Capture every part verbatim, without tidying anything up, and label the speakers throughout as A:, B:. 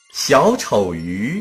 A: 小丑鱼。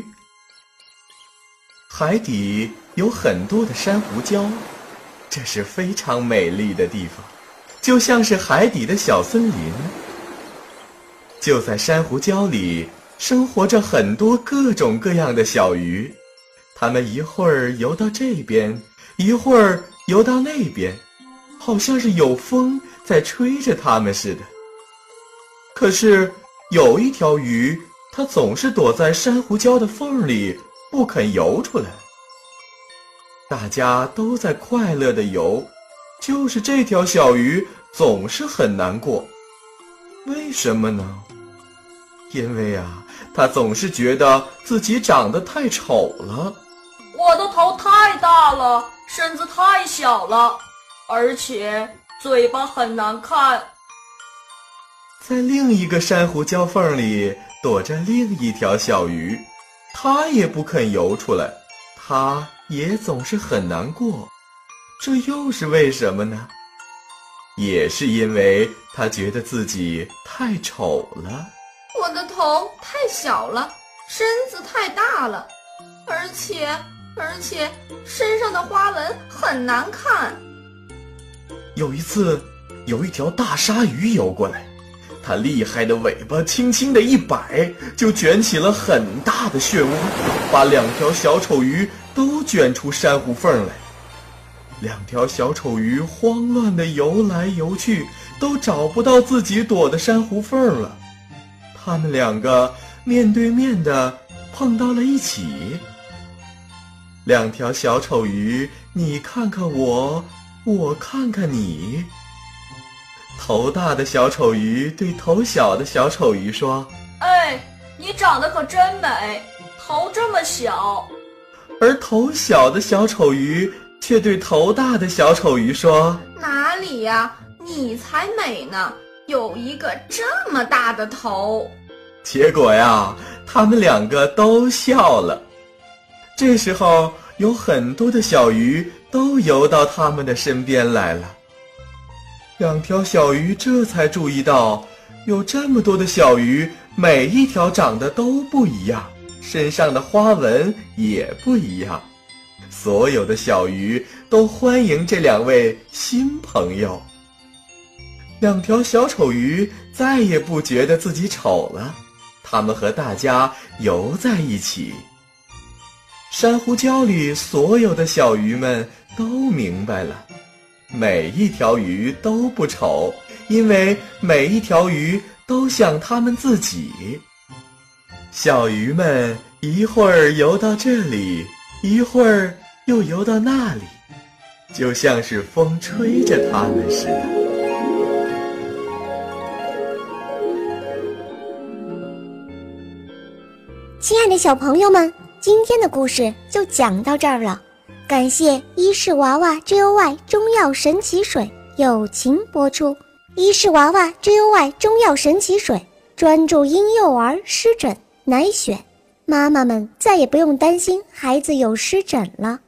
A: 海底有很多的珊瑚礁，这是非常美丽的地方，就像是海底的小森林。就在珊瑚礁里生活着很多各种各样的小鱼，它们一会儿游到这边，一会儿游到那边，好像是有风在吹着它们似的。可是有一条鱼，它总是躲在珊瑚礁的缝里不肯游出来。大家都在快乐地游，就是这条小鱼总是很难过。为什么呢？因为啊，它总是觉得自己长得太丑了。
B: 我的头太大了，身子太小了，而且嘴巴很难看。
A: 在另一个珊瑚礁缝里躲着另一条小鱼，它也不肯游出来，它也总是很难过。这又是为什么呢？也是因为它觉得自己太丑了。
C: 我的头太小了，身子太大了，而且而且身上的花纹很难看。
A: 有一次，有一条大鲨鱼游过来，它厉害的尾巴轻轻的一摆，就卷起了很大的漩涡，把两条小丑鱼都卷出珊瑚缝来。两条小丑鱼慌乱地游来游去，都找不到自己躲的珊瑚缝了。他们两个面对面地碰到了一起。两条小丑鱼，你看看我，我看看你。头大的小丑鱼对头小的小丑鱼说：
B: 哎，你长得可真美，头这么小。
A: 而头小的小丑鱼却对头大的小丑鱼说：
C: 哪里呀，你才美呢，有一个这么大的头。
A: 结果呀，他们两个都笑了。这时候有很多的小鱼都游到他们的身边来了。两条小鱼这才注意到，有这么多的小鱼，每一条长得都不一样，身上的花纹也不一样。所有的小鱼都欢迎这两位新朋友。两条小丑鱼再也不觉得自己丑了，它们和大家游在一起。珊瑚礁里所有的小鱼们都明白了，每一条鱼都不丑，因为每一条鱼都像它们自己。小鱼们一会儿游到这里，一会儿又游到那里，就像是风吹着它们似的。
D: 亲爱的小朋友们，今天的故事就讲到这儿了。感谢伊氏娃娃 J O Y 中药神奇水友情播出。伊氏娃娃 J O Y 中药神奇水专注婴幼儿湿疹奶癣，妈妈们再也不用担心孩子有湿疹了。